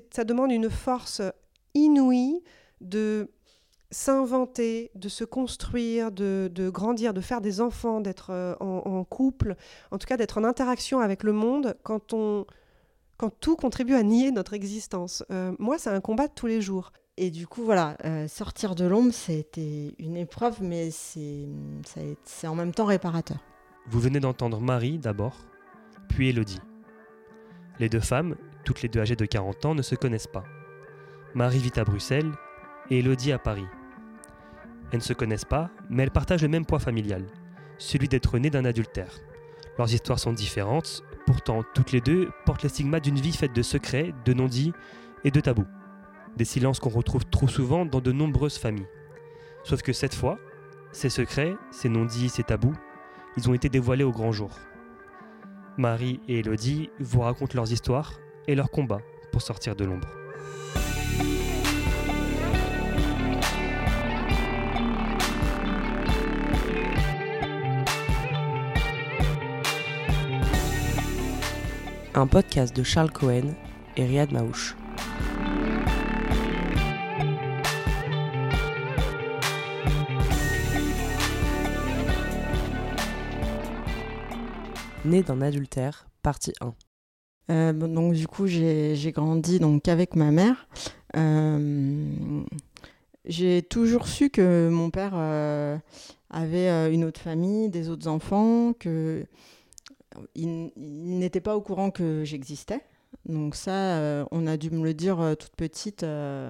ça demande une force inouïe de s'inventer, de se construire, de grandir, de faire des enfants, d'être en couple, en tout cas d'être en interaction avec le monde quand tout contribue à nier notre existence. Moi, c'est un combat de tous les jours. Et du coup, voilà, sortir de l'ombre, c'était une épreuve, mais c'est en même temps réparateur. Vous venez d'entendre Marie d'abord, puis Élodie. Les deux femmes, toutes les deux âgées de 40 ans, ne se connaissent pas. Marie vit à Bruxelles et Élodie à Paris. Elles ne se connaissent pas, mais elles partagent le même poids familial, celui d'être nées d'un adultère. Leurs histoires sont différentes, pourtant toutes les deux portent les stigmates d'une vie faite de secrets, de non-dits et de tabous. Des silences qu'on retrouve trop souvent dans de nombreuses familles. Sauf que cette fois, ces secrets, ces non-dits, ces tabous, ils ont été dévoilés au grand jour. Marie et Élodie vous racontent leurs histoires et leurs combats pour sortir de l'ombre. Un podcast de Charles Cohen et Riyad Maouche. Né d'un adultère, partie 1. Donc du coup, j'ai grandi donc avec ma mère. J'ai toujours su que mon père avait une autre famille, des autres enfants, qu'il n'était pas au courant que j'existais. Donc ça, on a dû me le dire toute petite.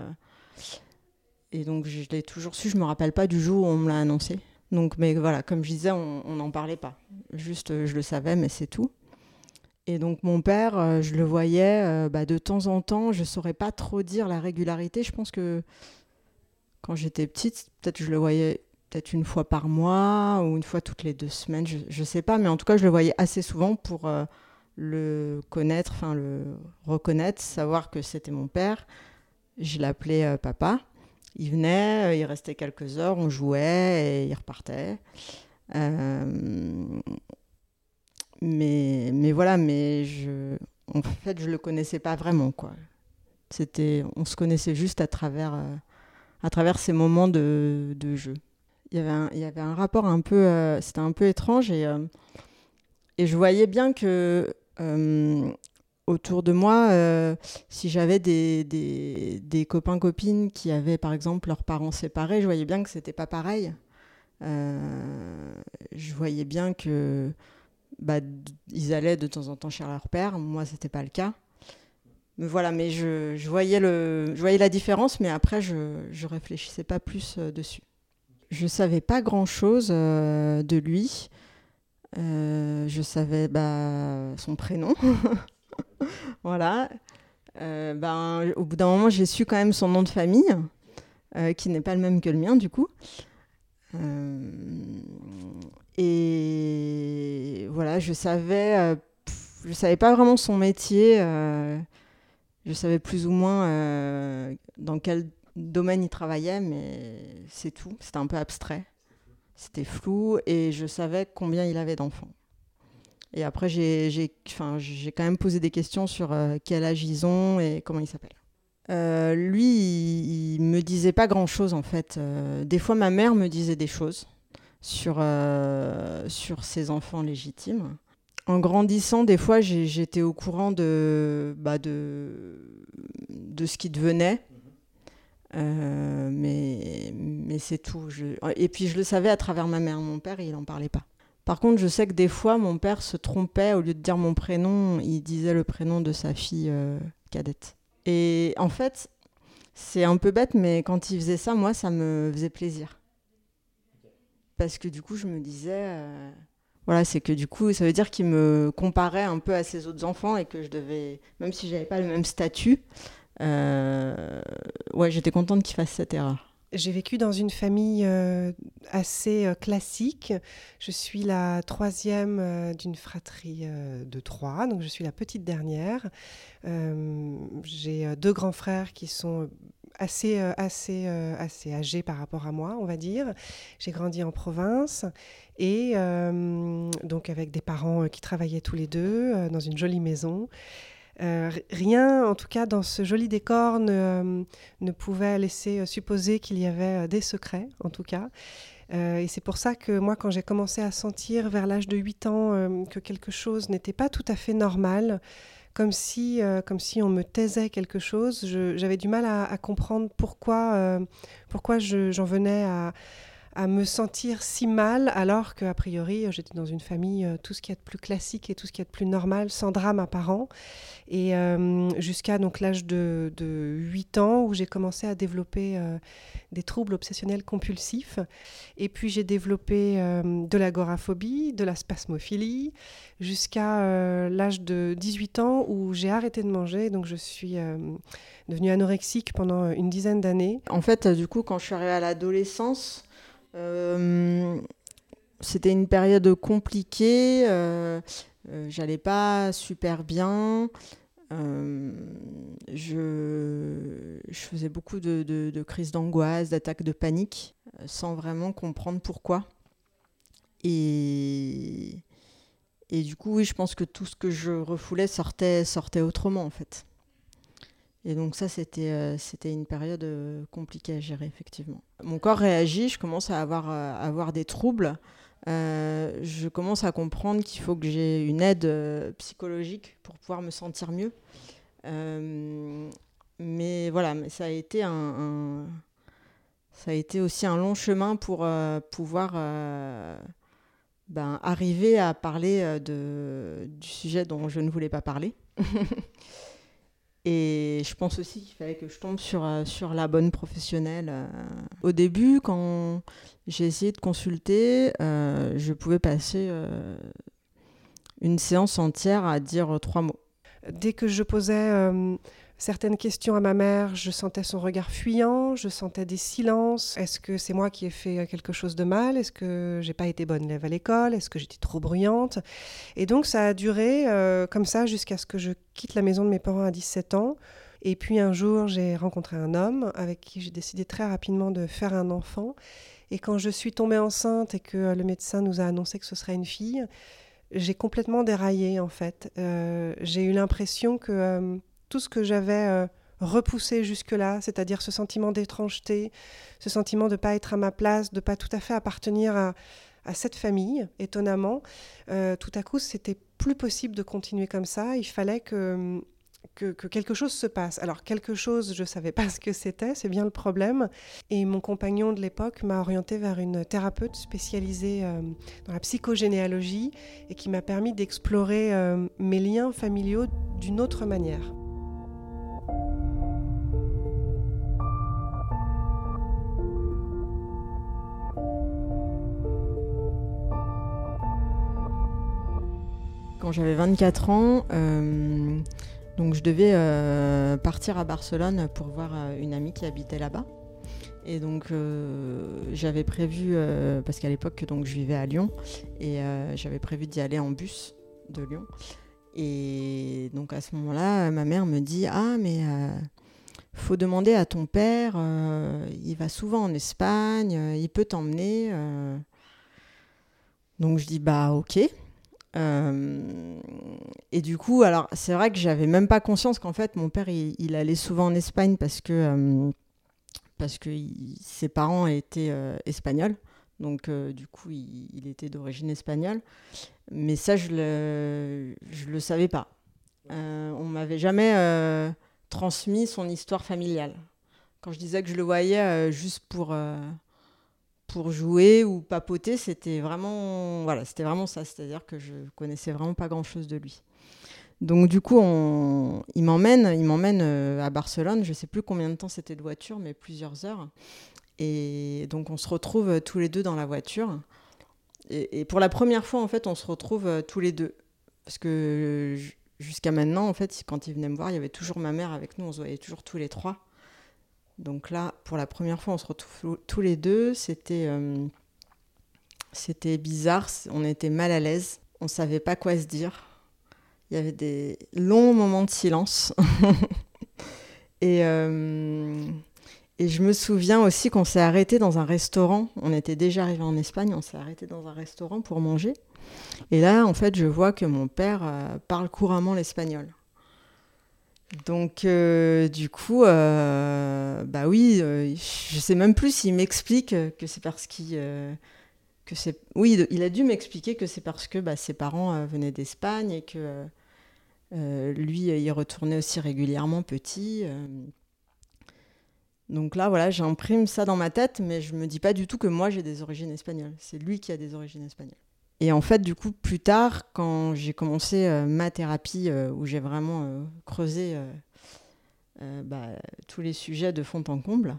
Et donc je l'ai toujours su, je ne me rappelle pas du jour où on me l'a annoncé. Donc, mais voilà, comme je disais, on n'en parlait pas. Juste, je le savais, mais c'est tout. Et donc, mon père, je le voyais de temps en temps. Je ne saurais pas trop dire la régularité. Je pense que quand j'étais petite, peut-être je le voyais peut-être une fois par mois ou une fois toutes les 2 semaines. Je ne sais pas, mais en tout cas, je le voyais assez souvent pour le connaître, enfin le reconnaître, savoir que c'était mon père. Je l'appelais papa. Il venait, il restait quelques heures, on jouait et il repartait. Mais voilà, en fait, je le connaissais pas vraiment, quoi. On se connaissait juste à travers ces moments de jeu. Il y avait un rapport un peu, c'était un peu étrange et je voyais bien que autour de moi, si j'avais des copains-copines qui avaient, par exemple, leurs parents séparés, je voyais bien que c'était pas pareil. Je voyais bien que ils allaient de temps en temps chez leur père. Moi, c'était pas le cas. Mais voilà, mais je voyais la différence, mais après, je réfléchissais pas plus dessus. Je savais pas grand-chose de lui. Je savais son prénom. Voilà. Au bout d'un moment, j'ai su quand même son nom de famille, qui n'est pas le même que le mien, du coup. Et voilà, je savais pas vraiment son métier. Je savais plus ou moins dans quel domaine il travaillait, mais c'est tout. C'était un peu abstrait. C'était flou et je savais combien il avait d'enfants. Et après, j'ai quand même posé des questions sur quel âge ils ont et comment ils s'appellent. Lui, il me disait pas grand-chose, en fait. Des fois, ma mère me disait des choses sur ses enfants légitimes. En grandissant, des fois, j'étais au courant de ce qui devenait. Mais c'est tout. Et puis, je le savais à travers ma mère. Mon père, il n'en parlait pas. Par contre, je sais que des fois, mon père se trompait. Au lieu de dire mon prénom, il disait le prénom de sa fille cadette. Et en fait, c'est un peu bête, mais quand il faisait ça, moi, ça me faisait plaisir. Parce que du coup, je me disais... Voilà, c'est que du coup, ça veut dire qu'il me comparait un peu à ses autres enfants et que je devais... Même si je n'avais pas le même statut, j'étais contente qu'il fasse cette erreur. J'ai vécu dans une famille assez classique. Je suis la 3e d'une fratrie de 3, donc je suis la petite dernière. J'ai 2 grands frères qui sont assez âgés par rapport à moi, on va dire. J'ai grandi en province et donc avec des parents qui travaillaient tous les deux dans une jolie maison. Rien, en tout cas, dans ce joli décor ne pouvait laisser supposer qu'il y avait des secrets, en tout cas. Et c'est pour ça que moi, quand j'ai commencé à sentir vers l'âge de 8 ans que quelque chose n'était pas tout à fait normal, comme si on me taisait quelque chose, j'avais du mal à comprendre pourquoi j'en venais à me sentir si mal, alors qu'a priori, j'étais dans une famille, tout ce qu'il y a de plus classique et tout ce qu'il y a de plus normal, sans drame apparent. Et jusqu'à donc, l'âge de 8 ans, où j'ai commencé à développer des troubles obsessionnels compulsifs. Et puis j'ai développé de l'agoraphobie, de la spasmophilie, jusqu'à l'âge de 18 ans, où j'ai arrêté de manger. Donc je suis devenue anorexique pendant une dizaine d'années. En fait, du coup, quand je suis arrivée à l'adolescence, c'était une période compliquée, j'allais pas super bien, je faisais beaucoup de crises d'angoisse, d'attaques de panique, sans vraiment comprendre pourquoi. Et du coup, oui, je pense que tout ce que je refoulais sortait autrement, en fait. Et donc ça, c'était une période compliquée à gérer, effectivement. Mon corps réagit, je commence à avoir des troubles. Je commence à comprendre qu'il faut que j'ai une aide psychologique pour pouvoir me sentir mieux. Mais voilà, mais ça a été aussi un long chemin pour pouvoir arriver à parler du sujet dont je ne voulais pas parler. Et je pense aussi qu'il fallait que je tombe sur la bonne professionnelle. Au début, quand j'ai essayé de consulter, je pouvais passer une séance entière à dire 3 mots. Dès que je posais certaines questions à ma mère, je sentais son regard fuyant, je sentais des silences. Est-ce que c'est moi qui ai fait quelque chose de mal ? Est-ce que j'ai pas été bonne élève à l'école ? Est-ce que j'étais trop bruyante ? Et donc ça a duré comme ça jusqu'à ce que je quitte la maison de mes parents à 17 ans. Et puis un jour, j'ai rencontré un homme avec qui j'ai décidé très rapidement de faire un enfant. Et quand je suis tombée enceinte et que le médecin nous a annoncé que ce serait une fille, j'ai complètement déraillé en fait. J'ai eu l'impression que tout ce que j'avais repoussé jusque-là, c'est-à-dire ce sentiment d'étrangeté, ce sentiment de ne pas être à ma place, de ne pas tout à fait appartenir à cette famille, étonnamment, tout à coup, c'était plus possible de continuer comme ça. Il fallait que quelque chose se passe. Alors, quelque chose, je ne savais pas ce que c'était, c'est bien le problème. Et mon compagnon de l'époque m'a orientée vers une thérapeute spécialisée dans la psychogénéalogie et qui m'a permis d'explorer mes liens familiaux d'une autre manière. Quand j'avais 24 ans, donc je devais partir à Barcelone pour voir une amie qui habitait là-bas. Et donc j'avais prévu, parce qu'à l'époque donc, je vivais à Lyon, et j'avais prévu d'y aller en bus de Lyon. Et donc à ce moment-là, ma mère me dit « Ah, mais faut demander à ton père, il va souvent en Espagne, il peut t'emmener. » Donc je dis « Bah ok ». Et du coup, alors c'est vrai que j'avais même pas conscience qu'en fait mon père il allait souvent en Espagne parce que ses parents étaient espagnols, donc du coup il était d'origine espagnole, mais ça je le savais pas. On m'avait jamais transmis son histoire familiale. Quand je disais que je le voyais juste pour jouer ou papoter, c'était vraiment ça, c'est-à-dire que je connaissais vraiment pas grand-chose de lui. Donc du coup, il m'emmène à Barcelone, je sais plus combien de temps c'était de voiture, mais plusieurs heures. Et donc on se retrouve tous les deux dans la voiture. Et pour la première fois, en fait, on se retrouve tous les deux. Parce que jusqu'à maintenant, en fait, quand il venait me voir, il y avait toujours ma mère avec nous, on se voyait toujours tous les trois. Donc là, pour la première fois, on se retrouve tous les deux. C'était bizarre, on était mal à l'aise, on ne savait pas quoi se dire. Il y avait des longs moments de silence. Et je me souviens aussi qu'on s'est arrêté dans un restaurant. On était déjà arrivé en Espagne, on s'est arrêté dans un restaurant pour manger. Et là, en fait, je vois que mon père parle couramment l'espagnol. Donc, du coup, bah oui, je sais même plus s'il m'explique que c'est parce qu'il... Oui, il a dû m'expliquer que c'est parce que ses parents venaient d'Espagne et que lui, il retournait aussi régulièrement petit. Donc là, voilà, j'imprime ça dans ma tête, mais je me dis pas du tout que moi, j'ai des origines espagnoles. C'est lui qui a des origines espagnoles. Et en fait, du coup, plus tard, quand j'ai commencé ma thérapie, où j'ai vraiment creusé tous les sujets de fond en comble,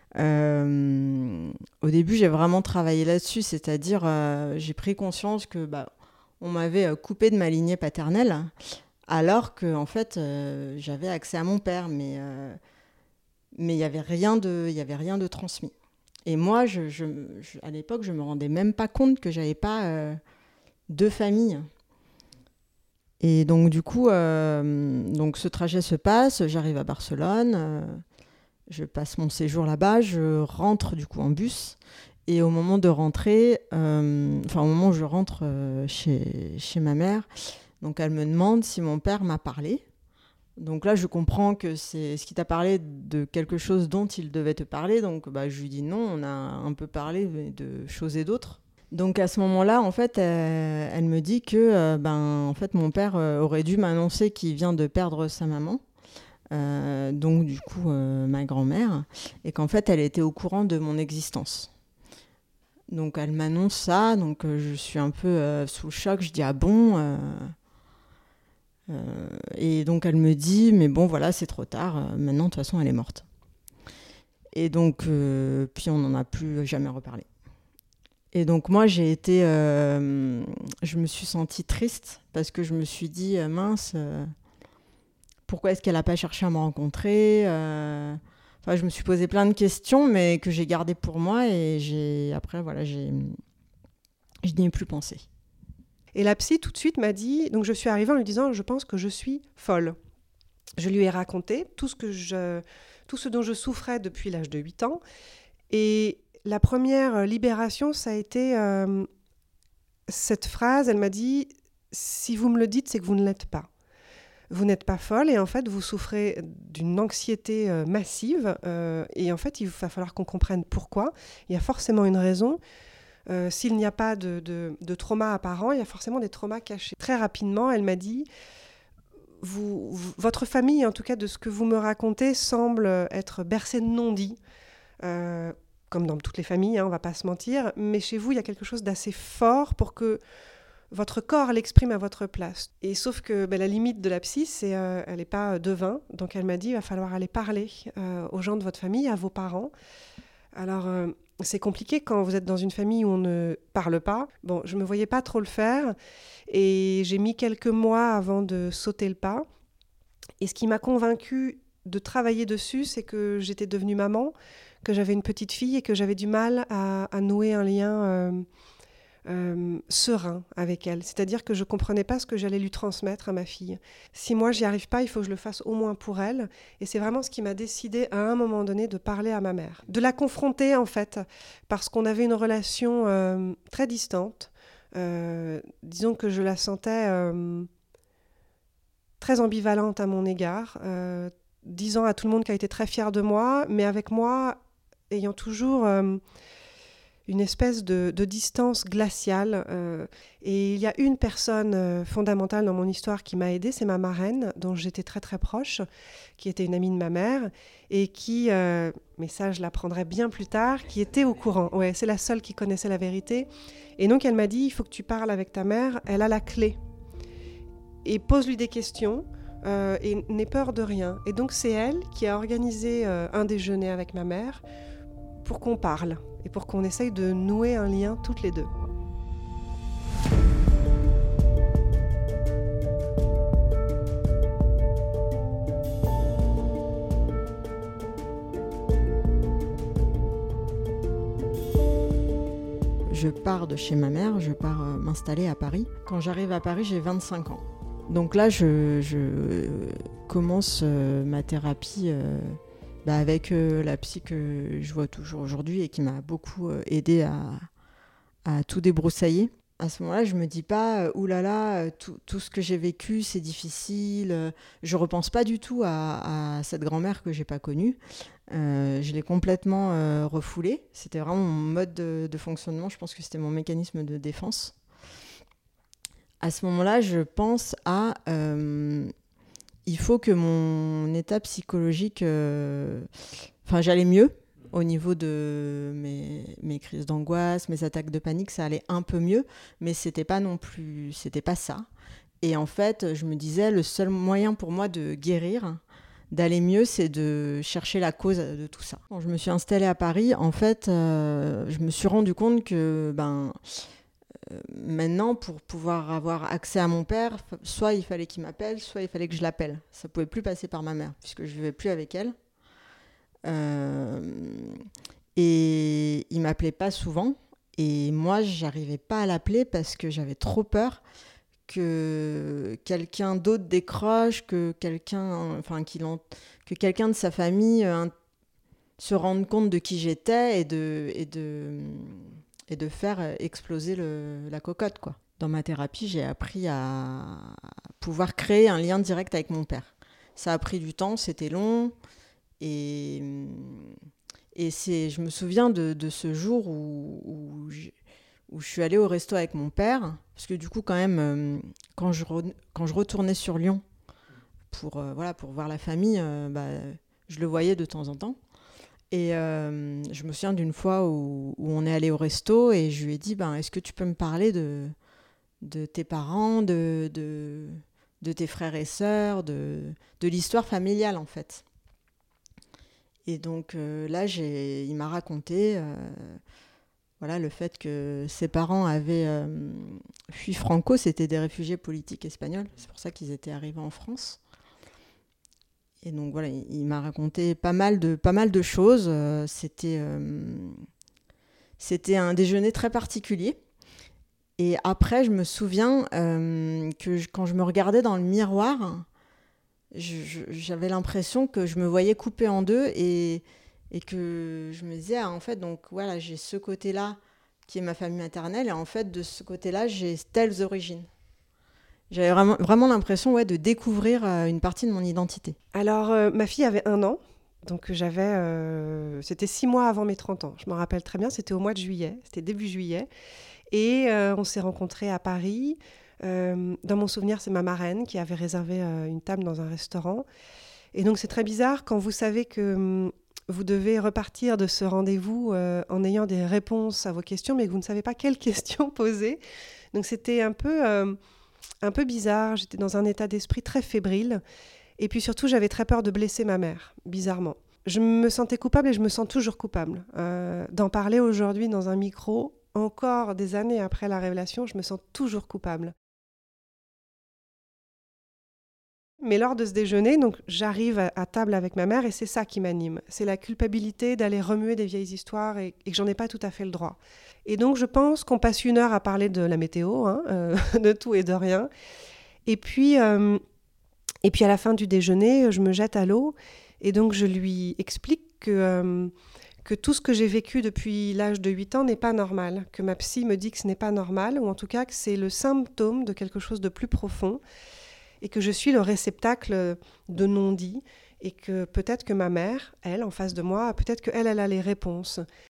au début, j'ai vraiment travaillé là-dessus, c'est-à-dire j'ai pris conscience que on m'avait coupé de ma lignée paternelle, alors que en fait, j'avais accès à mon père, mais il y avait rien de transmis. Et moi, à l'époque, je me rendais même pas compte que j'avais pas de famille. Et donc du coup, donc ce trajet se passe, j'arrive à Barcelone, je passe mon séjour là-bas, je rentre du coup en bus. Et au moment de rentrer, au moment où je rentre chez ma mère, donc elle me demande si mon père m'a parlé. Donc là, je comprends que c'est ce qui t'a parlé de quelque chose dont il devait te parler. Donc je lui dis non, on a un peu parlé de choses et d'autres. Donc à ce moment-là, en fait, elle me dit que en fait, mon père aurait dû m'annoncer qu'il vient de perdre sa maman. Donc du coup, ma grand-mère. Et qu'en fait, elle était au courant de mon existence. Donc elle m'annonce ça. Donc je suis un peu sous le choc. Je dis ah bon et donc elle me dit mais bon voilà c'est trop tard, maintenant de toute façon elle est morte. Et donc puis on n'en a plus jamais reparlé. Et donc moi j'ai été je me suis sentie triste parce que je me suis dit mince pourquoi est-ce qu'elle n'a pas cherché à me rencontrer, je me suis posé plein de questions mais que j'ai gardées pour moi et je n'y ai plus pensé. Et la psy, tout de suite, m'a dit... Donc, je suis arrivée en lui disant, je pense que je suis folle. Je lui ai raconté tout ce dont je souffrais depuis l'âge de 8 ans. Et la première libération, ça a été cette phrase. Elle m'a dit, si vous me le dites, c'est que vous ne l'êtes pas. Vous n'êtes pas folle et en fait, vous souffrez d'une anxiété massive. Et en fait, il va falloir qu'on comprenne pourquoi. Il y a forcément une raison. S'il n'y a pas de trauma apparent, il y a forcément des traumas cachés. Très rapidement, elle m'a dit, votre famille, en tout cas de ce que vous me racontez, semble être bercée de non-dits, comme dans toutes les familles, on ne va pas se mentir, mais chez vous, il y a quelque chose d'assez fort pour que votre corps l'exprime à votre place. Et sauf que la limite de la psy, c'est elle n'est pas devin, donc elle m'a dit, il va falloir aller parler aux gens de votre famille, à vos parents. Alors... c'est compliqué quand vous êtes dans une famille où on ne parle pas. Bon, je ne me voyais pas trop le faire et j'ai mis quelques mois avant de sauter le pas. Et ce qui m'a convaincue de travailler dessus, c'est que j'étais devenue maman, que j'avais une petite fille et que j'avais du mal à nouer un lien serein avec elle. C'est-à-dire que je ne comprenais pas ce que j'allais lui transmettre à ma fille. Si moi, j'y arrive pas, il faut que je le fasse au moins pour elle. Et c'est vraiment ce qui m'a décidé à un moment donné de parler à ma mère. De la confronter, en fait, parce qu'on avait une relation très distante. Disons que je la sentais très ambivalente à mon égard, disant à tout le monde qu'elle était très fière de moi, mais avec moi, ayant toujours... une espèce de distance glaciale. Et il y a une personne fondamentale dans mon histoire qui m'a aidée, c'est ma marraine, dont j'étais très très proche, qui était une amie de ma mère, et qui, mais ça je l'apprendrai bien plus tard, qui était au courant. Ouais, c'est la seule qui connaissait la vérité. Et donc elle m'a dit, il faut que tu parles avec ta mère, elle a la clé. Et pose-lui des questions, et n'aie peur de rien. Et donc c'est elle qui a organisé un déjeuner avec ma mère pour qu'on parle. Et pour qu'on essaye de nouer un lien toutes les deux. Je pars de chez ma mère, je pars m'installer à Paris. Quand j'arrive à Paris, j'ai 25 ans. Donc là, je commence ma thérapie avec la psy que je vois toujours aujourd'hui et qui m'a beaucoup aidée à tout débroussailler. À ce moment-là, je me dis pas « Ouh là là, tout ce que j'ai vécu, c'est difficile ». Je repense pas du tout à cette grand-mère que j'ai pas connue. Je l'ai complètement refoulée. C'était vraiment mon mode de fonctionnement. Je pense que c'était mon mécanisme de défense. À ce moment-là, je pense à il faut que mon état psychologique... j'allais mieux au niveau de mes crises d'angoisse, mes attaques de panique, ça allait un peu mieux, mais c'était pas ça. Et en fait, je me disais, le seul moyen pour moi de guérir, d'aller mieux, c'est de chercher la cause de tout ça. Quand je me suis installée à Paris, en fait, je me suis rendu compte que maintenant, pour pouvoir avoir accès à mon père, soit il fallait qu'il m'appelle, soit il fallait que je l'appelle. Ça pouvait plus passer par ma mère, puisque je vivais plus avec elle. Et il m'appelait pas souvent. Et moi, j'arrivais pas à l'appeler parce que j'avais trop peur que quelqu'un d'autre décroche, que quelqu'un de sa famille se rende compte de qui j'étais et de faire exploser la cocotte, quoi. Dans ma thérapie, j'ai appris à pouvoir créer un lien direct avec mon père. Ça a pris du temps, c'était long. Et je me souviens de ce jour où je suis allée au resto avec mon père, parce que du coup, quand même, quand je retournais sur Lyon pour voir la famille, je le voyais de temps en temps. Et je me souviens d'une fois où on est allé au resto et je lui ai dit est-ce que tu peux me parler de tes parents, de tes frères et sœurs, de l'histoire familiale en fait. Et donc là, il m'a raconté le fait que ses parents avaient fui Franco, c'était des réfugiés politiques espagnols, c'est pour ça qu'ils étaient arrivés en France. Et donc voilà, il m'a raconté pas mal de choses. C'était un déjeuner très particulier. Et après, je me souviens que quand je me regardais dans le miroir, j'avais l'impression que je me voyais coupée en deux et que je me disais, en fait, donc voilà, j'ai ce côté-là qui est ma famille maternelle et en fait, de ce côté-là, j'ai telles origines. J'avais vraiment l'impression de découvrir une partie de mon identité. Alors, ma fille avait 1 an, donc c'était 6 mois avant mes 30 ans. Je m'en rappelle très bien, c'était au mois de juillet, c'était début juillet. Et on s'est rencontrés à Paris. Dans mon souvenir, c'est ma marraine qui avait réservé une table dans un restaurant. Et donc, c'est très bizarre quand vous savez que vous devez repartir de ce rendez-vous en ayant des réponses à vos questions, mais que vous ne savez pas quelles questions poser. Donc, c'était un peu bizarre. J'étais dans un état d'esprit très fébrile. Et puis surtout, j'avais très peur de blesser ma mère, bizarrement. Je me sentais coupable et je me sens toujours coupable. D'en parler aujourd'hui dans un micro, encore des années après la révélation, je me sens toujours coupable. Mais lors de ce déjeuner, donc, j'arrive à table avec ma mère et c'est ça qui m'anime. C'est la culpabilité d'aller remuer des vieilles histoires et que j'en ai pas tout à fait le droit. Et donc je pense qu'on passe 1 heure à parler de la météo, de tout et de rien. Et puis à la fin du déjeuner, je me jette à l'eau et donc je lui explique que tout ce que j'ai vécu depuis l'âge de 8 ans n'est pas normal, que ma psy me dit que ce n'est pas normal, ou en tout cas que c'est le symptôme de quelque chose de plus profond, et que je suis le réceptacle de non-dits, et que peut-être que ma mère, elle, en face de moi, peut-être qu'elle a les réponses.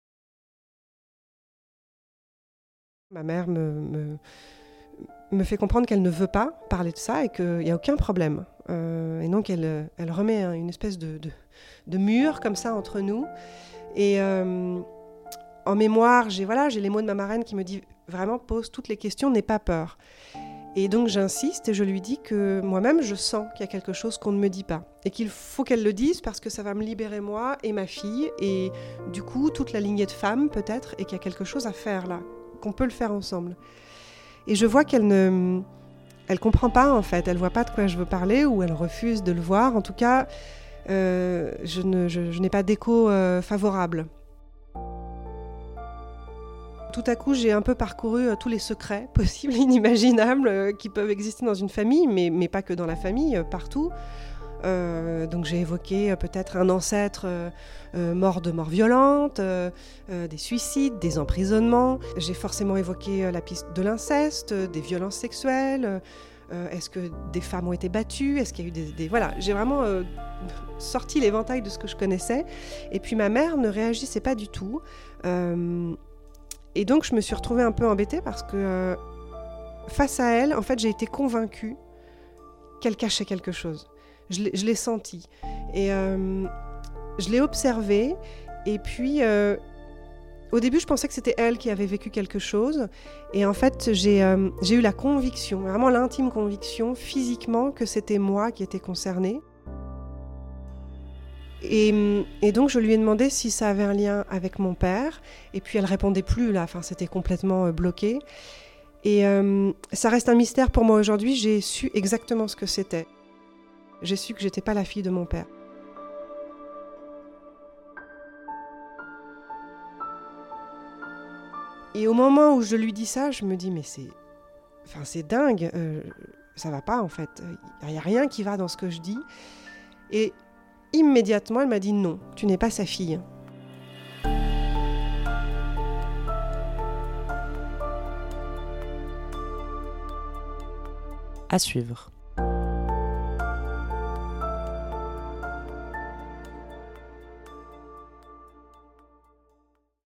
Ma mère me fait comprendre qu'elle ne veut pas parler de ça et qu'il n'y a aucun problème. Et donc elle remet une espèce de mur comme ça entre nous. Et en mémoire, j'ai les mots de ma marraine qui me dit vraiment pose toutes les questions, n'aie pas peur. Et donc j'insiste et je lui dis que moi-même je sens qu'il y a quelque chose qu'on ne me dit pas et qu'il faut qu'elle le dise parce que ça va me libérer moi et ma fille et du coup toute la lignée de femmes peut-être et qu'il y a quelque chose à faire là, qu'on peut le faire ensemble. Et je vois qu'elle comprend pas en fait, elle voit pas de quoi je veux parler ou elle refuse de le voir. En tout cas, je n'ai pas d'écho favorable. Tout à coup, j'ai un peu parcouru tous les secrets possibles, inimaginables, qui peuvent exister dans une famille, mais pas que dans la famille, partout. Donc j'ai évoqué peut-être un ancêtre mort de mort violente, des suicides, des emprisonnements. J'ai forcément évoqué la piste de l'inceste, des violences sexuelles. Est-ce que des femmes ont été battues? Est-ce qu'il y a eu des... Voilà, j'ai vraiment sorti l'éventail de ce que je connaissais. Et puis ma mère ne réagissait pas du tout. Et donc je me suis retrouvée un peu embêtée parce que face à elle, en fait, j'ai été convaincue qu'elle cachait quelque chose. Je l'ai senti. Et je l'ai observée. Et puis, au début, je pensais que c'était elle qui avait vécu quelque chose. Et en fait, j'ai eu la conviction, vraiment l'intime conviction, physiquement, que c'était moi qui étais concernée. Et donc, je lui ai demandé si ça avait un lien avec mon père. Et puis, elle répondait plus, là. Enfin, c'était complètement bloqué. Et ça reste un mystère pour moi aujourd'hui. J'ai su exactement ce que c'était. J'ai su que j'étais pas la fille de mon père. Et au moment où je lui dis ça, je me dis mais c'est dingue, ça va pas en fait. Il y a rien qui va dans ce que je dis. Et immédiatement, elle m'a dit non, tu n'es pas sa fille. À suivre.